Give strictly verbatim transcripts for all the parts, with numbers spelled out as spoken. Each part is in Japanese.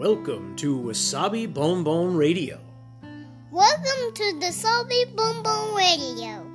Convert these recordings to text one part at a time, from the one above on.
Welcome to Wasabi Bon Bon Radio. Welcome to the Wasabi Bon Bon Radio.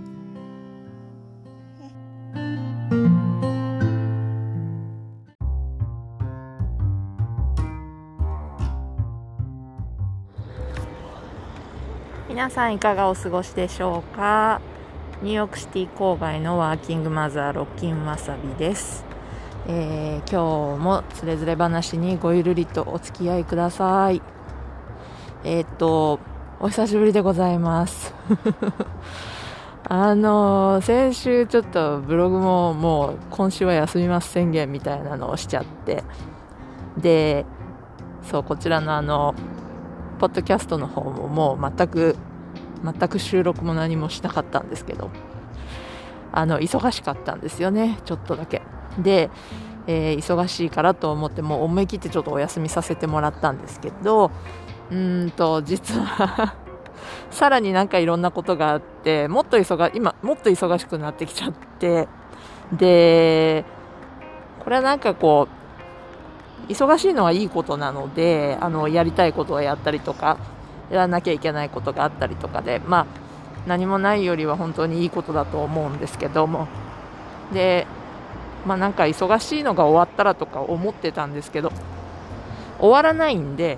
皆さんいかがお過ごしでしょうか。ニューヨークシティ郊外のワーキングマザーロッキンわさびです。えー、今日もつれづれ話にごゆるりとお付き合いください。えー、っとお久しぶりでございますあのー、先週ちょっとブログももう今週は休みます宣言みたいなのをしちゃって、でそうこちらのあのポッドキャストの方ももう全く全く収録も何もしなかったんですけど、あの忙しかったんですよね、ちょっとだけで、えー、忙しいからと思ってもう思い切ってちょっとお休みさせてもらったんですけど、うーんと実はさらになんかいろんなことがあって、もっと忙今もっと忙しくなってきちゃって、でこれはなんかこう忙しいのはいいことなので、あのやりたいことをやったりとかやらなきゃいけないことがあったりとかで、まあ何もないよりは本当にいいことだと思うんですけども、でまあなんか忙しいのが終わったらとか思ってたんですけど、終わらないんで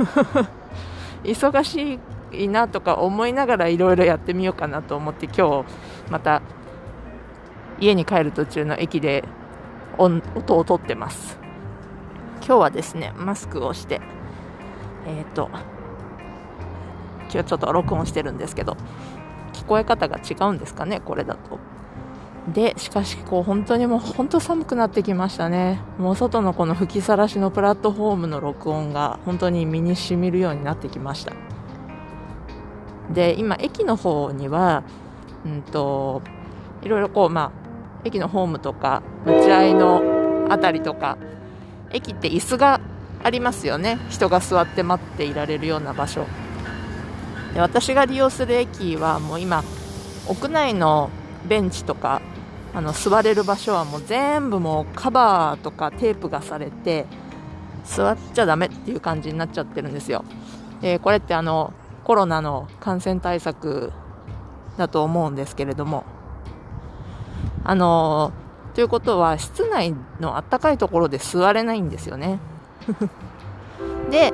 忙しいなとか思いながらいろいろやってみようかなと思って、今日また家に帰る途中の駅で音を取ってます。今日はですねマスクをしてえっと今日ちょっと録音してるんですけど、聞こえ方が違うんですかねこれだと。でしかしこう本当にもう本当寒くなってきましたね。もう外のこの吹きさらしのプラットフォームの録音が本当に身に染みるようになってきました。で今駅の方にはうんといろいろこうまあ駅のホームとか待合のあたりとか、駅って椅子がありますよね、人が座って待っていられるような場所で、私が利用する駅はもう今屋内のベンチとかあの座れる場所はもう全部もうカバーとかテープがされて座っちゃダメっていう感じになっちゃってるんですよ。でこれってあのコロナの感染対策だと思うんですけれども、あのということは室内の暖かいところで座れないんですよねで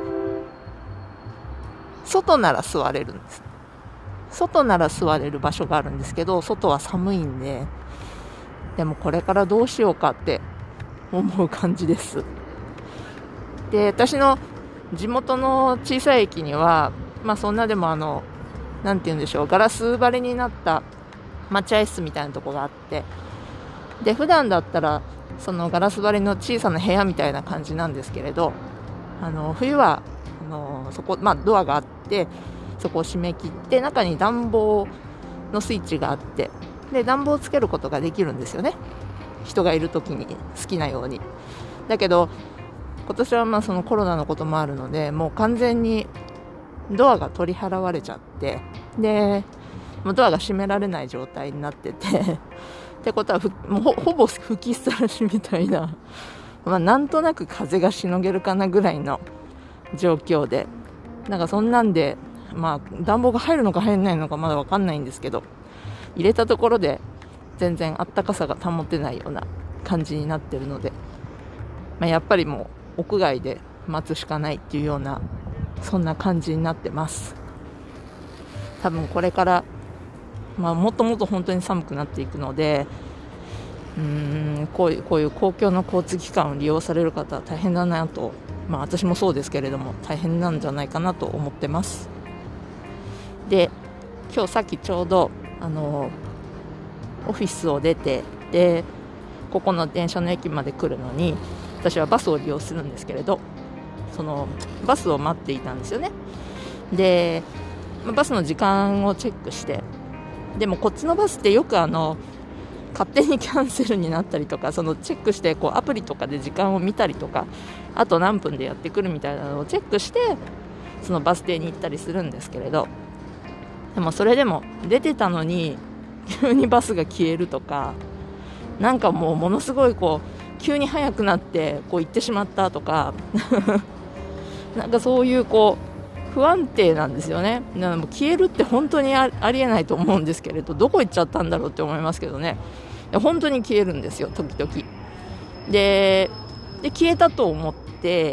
外なら座れるんです。外なら座れる場所があるんですけど、外は寒いんで、でもこれからどうしようかって思う感じです。で私の地元の小さい駅にはまあそんなでもあのなんて言うんでしょう、ガラス張りになった待合室みたいなとこがあって、で普段だったらそのガラス張りの小さな部屋みたいな感じなんですけれど、あの冬はあのそこ、まあ、ドアがあってそこを閉め切って中に暖房のスイッチがあって、で暖房をつけることができるんですよね、人がいるときに好きなように。だけど今年はまあそのコロナのこともあるので、もう完全にドアが取り払われちゃって、でもうドアが閉められない状態になっててってことはふもう ほ, ほぼ吹きさらしみたいな、まあ、なんとなく風がしのげるかなぐらいの状況で、なんかそんなんでまあ暖房が入るのか入らないのかまだ分かんないんですけど、入れたところで全然あったかさが保てないような感じになってるので、まあ、やっぱりもう屋外で待つしかないっていうようなそんな感じになってます。多分これからまあ、もっともっと本当に寒くなっていくので、うーんこういう、こういう公共の交通機関を利用される方は大変だなと、まあ、私もそうですけれども大変なんじゃないかなと思ってます。で今日さっきちょうどあのオフィスを出て、でここの電車の駅まで来るのに私はバスを利用するんですけれど、そのバスを待っていたんですよね。でバスの時間をチェックして、でもこっちのバスってよくあの勝手にキャンセルになったりとか、そのチェックしてこうアプリとかで時間を見たりとか、あと何分でやってくるみたいなのをチェックしてそのバス停に行ったりするんですけれど、でもそれでも出てたのに急にバスが消えるとか、なんかもうものすごいこう急に速くなってこう行ってしまったとかなんかそういうこう不安定なんですよね。なんか消えるって本当に あ, ありえないと思うんですけれど、どこ行っちゃったんだろうって思いますけどね。本当に消えるんですよ、時々。で、で消えたと思って、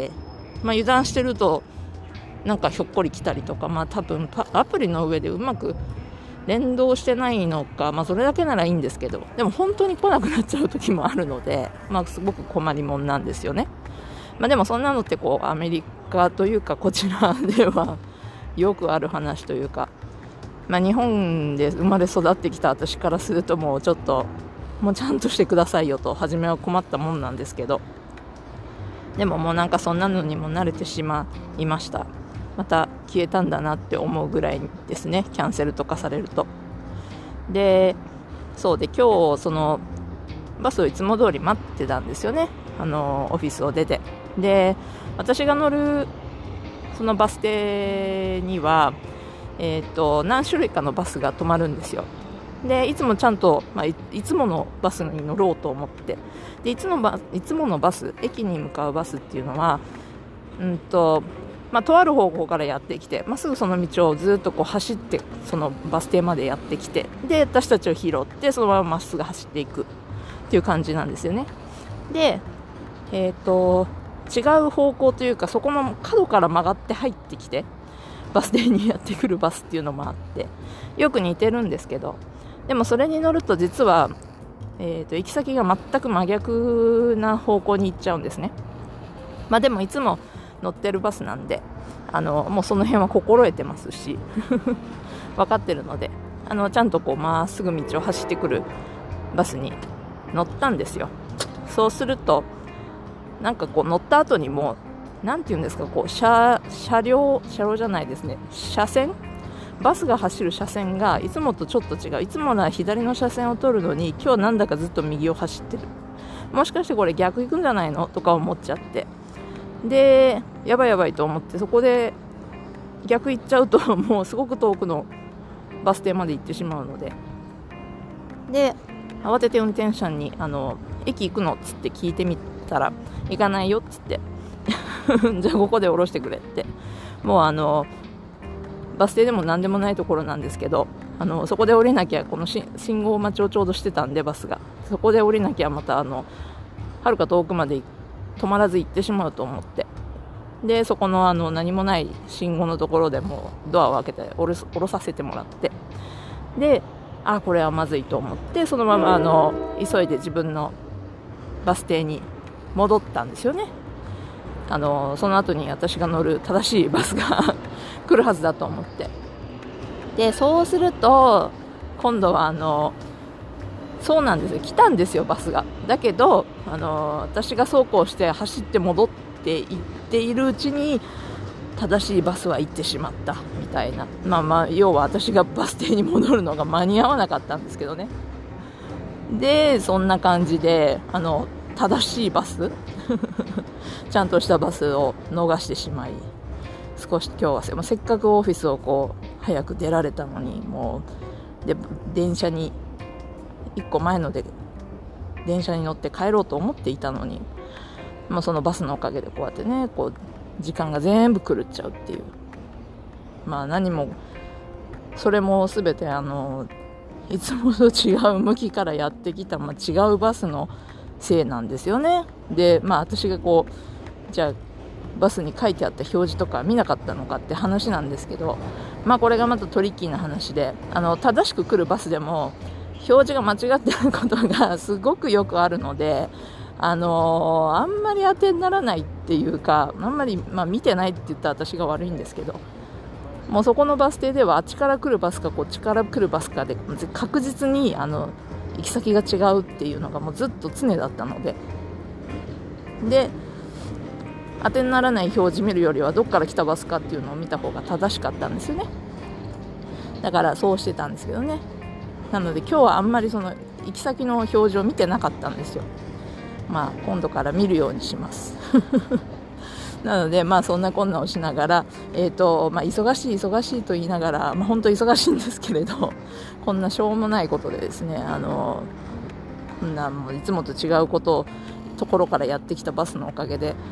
まあ、油断してるとなんかひょっこり来たりとか、まあ多分アプリの上でうまく連動してないのか、まあそれだけならいいんですけど、でも本当に来なくなっちゃう時もあるので、まあすごく困りもんなんですよね。まあでもそんなのってこうアメリカというかこちらではよくある話というか、まあ日本で生まれ育ってきた私からするともうちょっともうちゃんとしてくださいよと初めは困ったもんなんですけど、でももうなんかそんなのにも慣れてしまいました。また消えたんだなって思うぐらいですね、キャンセルとかされると。で、そうで今日そのバスをいつも通り待ってたんですよね、あのオフィスを出て。で、私が乗るそのバス停には、えーと、何種類かのバスが止まるんですよ。でいつもちゃんと、まあ、い, いつものバスに乗ろうと思って、でいつのバいつものバス、駅に向かうバスっていうのは、うんとまあ、とある方向からやってきて、まあ、すぐその道をずっとこう走ってそのバス停までやってきて、で私たちを拾ってそのまままっすぐ走っていくっていう感じなんですよね。で、えーと、違う方向というかそこの角から曲がって入ってきてバス停にやってくるバスっていうのもあって、よく似てるんですけど、でもそれに乗ると実は、えーと、行き先が全く真逆な方向に行っちゃうんですね。まあでもいつも乗ってるバスなんで、あのもうその辺は心得てますし分かってるので、あのちゃんとこうまっすぐ道を走ってくるバスに乗ったんですよ。そうするとなんかこう乗った後にもなんていうんですか、こう 車, 車両車両じゃないですね車線バスが走る車線がいつもとちょっと違う。いつもなら左の車線を取るのに今日なんだかずっと右を走ってる。もしかしてこれ逆行くんじゃないのとか思っちゃって、でやばいやばいと思って、そこで逆行っちゃうともうすごく遠くのバス停まで行ってしまうので、で慌てて運転手さんにあの駅行くのっつって聞いてみたら、行かないよっつってじゃあここで降ろしてくれって、もうあのバス停でも何でもないところなんですけど、あのそこで降りなきゃ、この信号待ちをちょうどしてたんでバスが、そこで降りなきゃまたあのはるか遠くまで止まらず行ってしまうと思って、でそこのあの何もない信号のところでもうドアを開けて降ろ、降ろさせてもらって、であこれはまずいと思って、そのままあの急いで自分のバス停に戻ったんですよね。あのその後に私が乗る正しいバスが来るはずだと思って、でそうすると今度はあのそうなんですよ、来たんですよバスが。だけどあの私が走行して走って戻っていっているうちに正しいバスは行ってしまったみたいな、まあまあ要は私がバス停に戻るのが間に合わなかったんですけどね。でそんな感じであの正しいバスちゃんとしたバスを逃してしまい、少し今日はせっかくオフィスをこう早く出られたのに、もうで電車にいっこまえので電車に乗って帰ろうと思っていたのに、まあ、そのバスのおかげでこうやってね、こう時間が全部狂っちゃうっていう、まあ何もそれもすべてあのいつもと違う向きからやってきた、まあ、違うバスのせいなんですよね。でまあ私がこうじゃあバスに書いてあった表示とか見なかったのかって話なんですけど、まあこれがまたトリッキーな話で、あの正しく来るバスでも表示が間違ってることがすごくよくあるので、あのー、あんまり当てにならないっていうか、あんまり、まあ、見てないって言ったら私が悪いんですけど、もうそこのバス停ではあっちから来るバスかこっちから来るバスかで確実にあの行き先が違うっていうのがもうずっと常だったので、で当てにならない表示見るよりはどっから来たバスかっていうのを見た方が正しかったんですよね。だからそうしてたんですけどね。なので今日はあんまりその行き先の表示を見てなかったんですよ。まあ今度から見るようにしますなのでまあそんなこんなをしながら、えーとまあ、忙しい忙しいと言いながら、まあ、本当忙しいんですけれど、こんなしょうもないことでですね、あのこんなもういつもと違うことをところからやってきたバスのおかげで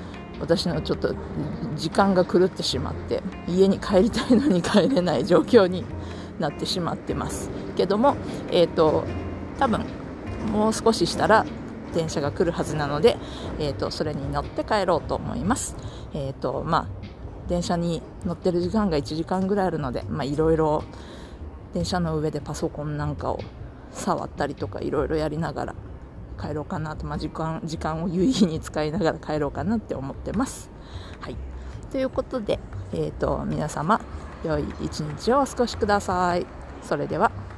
私のちょっと時間が狂ってしまって家に帰りたいのに帰れない状況になってしまってますけども、えーと、多分もう少ししたら電車が来るはずなので、えーと、それに乗って帰ろうと思います。えーと、まあ電車に乗ってる時間がいちじかんぐらいあるので、まあいろいろ電車の上でパソコンなんかを触ったりとかいろいろやりながら帰ろうかなと、まあ、時間、時間を有意義に使いながら帰ろうかなって思ってます。はい。ということで、えーと、皆様良い一日をお過ごしください。それでは。